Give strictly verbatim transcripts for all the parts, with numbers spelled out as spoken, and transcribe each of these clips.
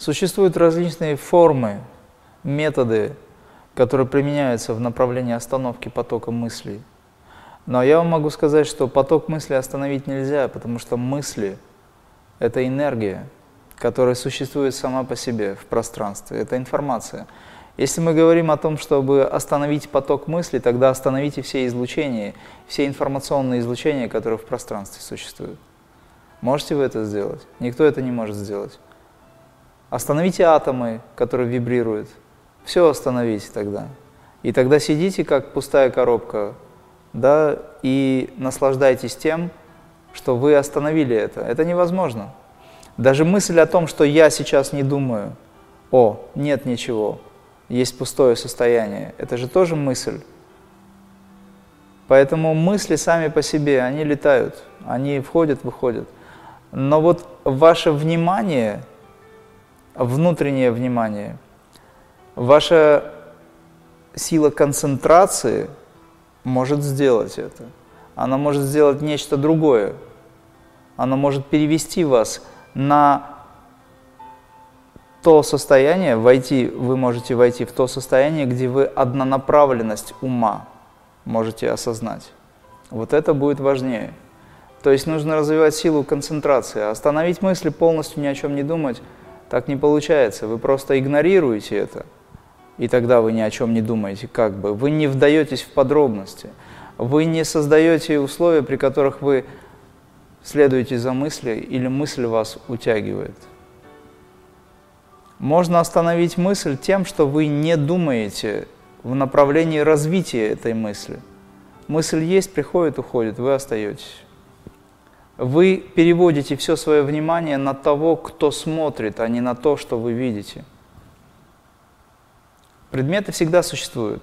Существуют различные формы, методы, которые применяются в направлении остановки потока мыслей. Но я вам могу сказать, что поток мыслей остановить нельзя, потому что мысли – это энергия, которая существует сама по себе в пространстве, это информация. Если мы говорим о том, чтобы остановить поток мыслей, тогда остановите все излучения, все информационные излучения, которые в пространстве существуют. Можете вы это сделать? Никто это не может сделать. Остановите атомы, которые вибрируют. Все остановите тогда. И тогда сидите, как пустая коробка, да, и наслаждайтесь тем, что вы остановили это. Это невозможно. Даже мысль о том, что я сейчас не думаю, о, нет ничего, есть пустое состояние, это же тоже мысль. Поэтому мысли сами по себе, они летают, они входят, выходят. Но вот ваше внимание, внутреннее внимание, ваша сила концентрации может сделать это. Она может сделать нечто другое. Она может перевести вас на то состояние, войти, вы можете войти в то состояние, где вы однонаправленность ума можете осознать. Вот это будет важнее. То есть нужно развивать силу концентрации. Остановить мысли, полностью ни о чем не думать, так не получается. Вы просто игнорируете это. И тогда вы ни о чем не думаете, как бы. Вы не вдаетесь в подробности. Вы не создаете условия, при которых вы следуете за мыслью, или мысль вас утягивает. Можно остановить мысль тем, что вы не думаете в направлении развития этой мысли. Мысль есть, приходит, уходит, вы остаетесь. Вы переводите все свое внимание на того, кто смотрит, а не на то, что вы видите. Предметы всегда существуют.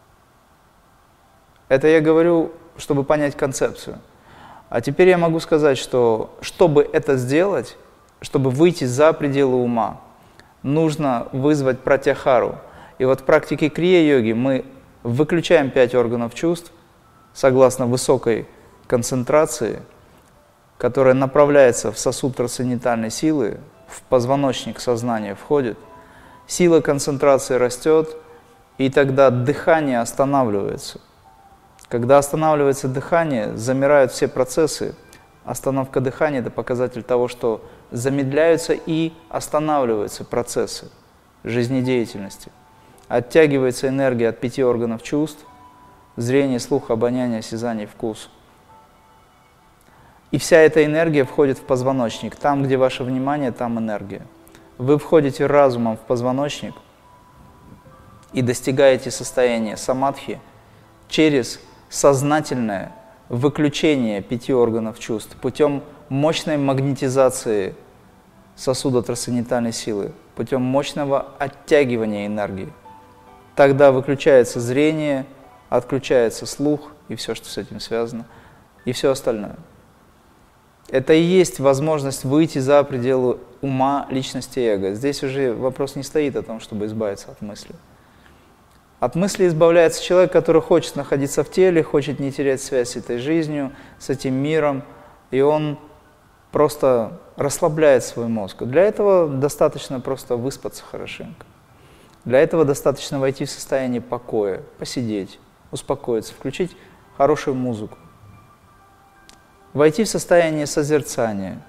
Это я говорю, чтобы понять концепцию. А теперь я могу сказать, что чтобы это сделать, чтобы выйти за пределы ума, нужно вызвать пратяхару. И вот в практике крия-йоги мы выключаем пять органов чувств, согласно высокой концентрации, которая направляется в сосуд трансцендентальной силы, в позвоночник сознания входит. Сила концентрации растет, и тогда дыхание останавливается. Когда останавливается дыхание, замирают все процессы. Остановка дыхания – это показатель того, что замедляются и останавливаются процессы жизнедеятельности. Оттягивается энергия от пяти органов чувств – зрение, слух, обоняние, осязание, вкус. И вся эта энергия входит в позвоночник. Там, где ваше внимание, там энергия. Вы входите разумом в позвоночник и достигаете состояния самадхи через сознательное выключение пяти органов чувств путем мощной магнетизации сосуда трансцендентальной силы, путем мощного оттягивания энергии. Тогда выключается зрение, отключается слух и все, что с этим связано, и все остальное. Это и есть возможность выйти за пределы ума, личности, эго. Здесь уже вопрос не стоит о том, чтобы избавиться от мысли. От мысли избавляется человек, который хочет находиться в теле, хочет не терять связь с этой жизнью, с этим миром, и он просто расслабляет свой мозг. Для этого достаточно просто выспаться хорошенько. Для этого достаточно войти в состояние покоя, посидеть, успокоиться, включить хорошую музыку. Войти в состояние созерцания.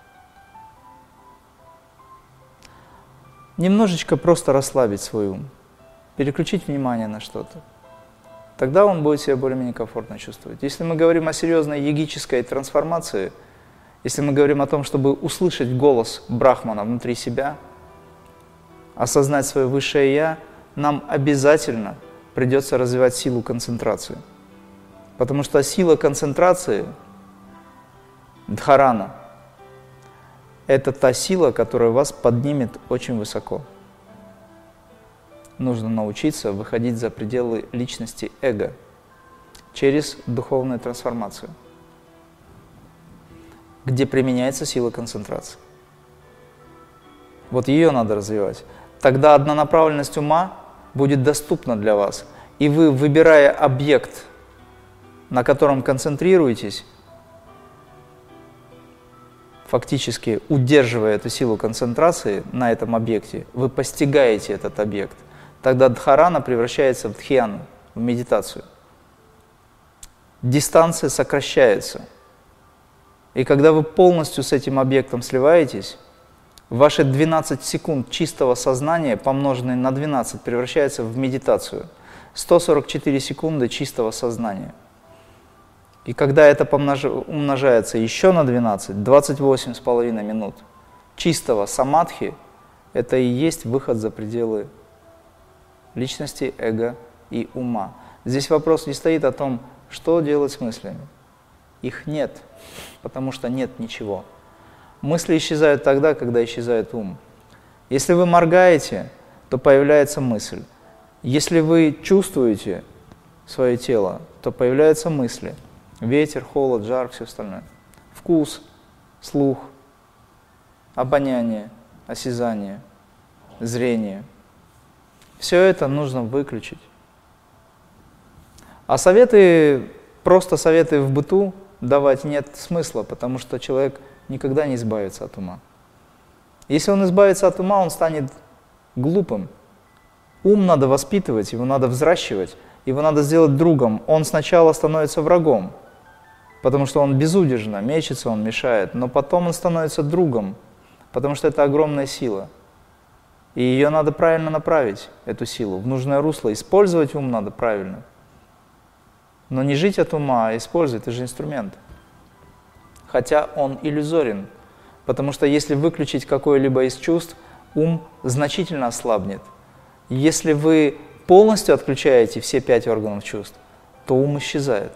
Немножечко просто расслабить свой ум, переключить внимание на что-то. Тогда он будет себя более-менее комфортно чувствовать. Если мы говорим о серьезной йогической трансформации, если мы говорим о том, чтобы услышать голос Брахмана внутри себя, осознать свое высшее «Я», нам обязательно придется развивать силу концентрации. Потому что сила концентрации – дхарана – это та сила, которая вас поднимет очень высоко. Нужно научиться выходить за пределы личности эго через духовную трансформацию, где применяется сила концентрации. Вот ее надо развивать. Тогда однонаправленность ума будет доступна для вас, и вы, выбирая объект, на котором концентрируетесь, фактически удерживая эту силу концентрации на этом объекте, вы постигаете этот объект. Тогда дхарана превращается в дхьяну, в медитацию. Дистанция сокращается. И когда вы полностью с этим объектом сливаетесь, ваши двенадцать секунд чистого сознания, помноженные на двенадцать, превращаются в медитацию. сто сорок четыре секунды чистого сознания. И когда это умножается еще на двенадцать, двадцать восемь с половиной минут чистого самадхи, это и есть выход за пределы личности, эго и ума. Здесь вопрос не стоит о том, что делать с мыслями. Их нет, потому что нет ничего. Мысли исчезают тогда, когда исчезает ум. Если вы моргаете, то появляется мысль. Если вы чувствуете свое тело, то появляются мысли. Ветер, холод, жар, все остальное. Вкус, слух, обоняние, осязание, зрение. Все это нужно выключить. А советы, просто советы в быту давать нет смысла, потому что человек никогда не избавится от ума. Если он избавится от ума, он станет глупым. Ум надо воспитывать, его надо взращивать, его надо сделать другом. Он сначала становится врагом, потому что он безудержно мечется, он мешает, но потом он становится другом, потому что это огромная сила. И ее надо правильно направить, эту силу, в нужное русло. Использовать ум надо правильно. Но не жить от ума, а использовать, это же инструмент. Хотя он иллюзорен, потому что если выключить какое-либо из чувств, ум значительно ослабнет. Если вы полностью отключаете все пять органов чувств, то ум исчезает.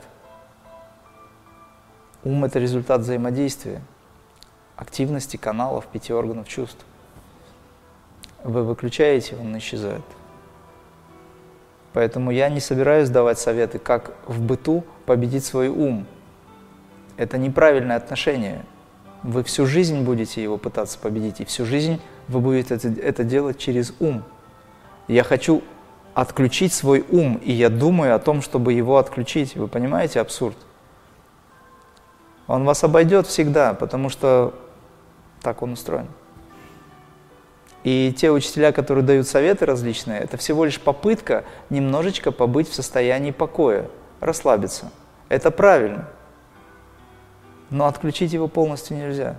Ум – это результат взаимодействия, активности каналов пяти органов чувств. Вы выключаете, он исчезает. Поэтому я не собираюсь давать советы, как в быту победить свой ум. Это неправильное отношение. Вы всю жизнь будете его пытаться победить, и всю жизнь вы будете это, это делать через ум. Я хочу отключить свой ум, и я думаю о том, чтобы его отключить. Вы понимаете абсурд? Он вас обойдет всегда, потому что так он устроен. И те учителя, которые дают советы различные, это всего лишь попытка немножечко побыть в состоянии покоя, расслабиться. Это правильно. Но отключить его полностью нельзя.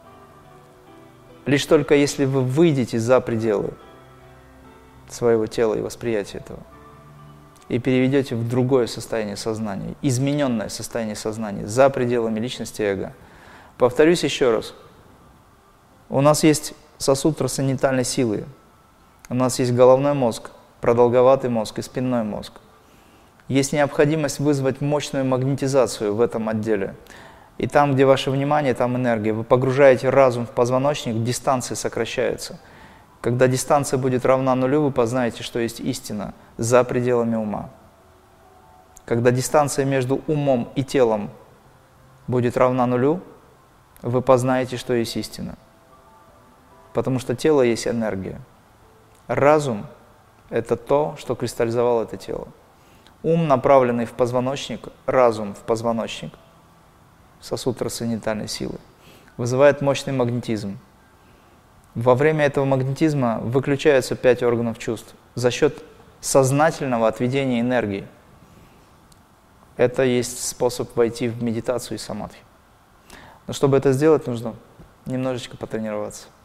Лишь только если вы выйдете за пределы своего тела и восприятия этого и переведете в другое состояние сознания, измененное состояние сознания, за пределами личности эго. Повторюсь еще раз. У нас есть сосуд трансцендентальной силы. У нас есть головной мозг, продолговатый мозг и спинной мозг. Есть необходимость вызвать мощную магнетизацию в этом отделе. И там, где ваше внимание, там энергия. Вы погружаете разум в позвоночник, дистанция сокращается. Когда дистанция будет равна нулю, вы познаете, что есть истина за пределами ума. Когда дистанция между умом и телом будет равна нулю, вы познаете, что есть истина. Потому что тело есть энергия. Разум – это то, что кристаллизовало это тело. Ум, направленный в позвоночник, разум в позвоночник, сосуд трансцендентальной силы, вызывает мощный магнетизм. Во время этого магнетизма выключаются пять органов чувств за счет сознательного отведения энергии. Это есть способ войти в медитацию и самадхи. Но чтобы это сделать, нужно немножечко потренироваться.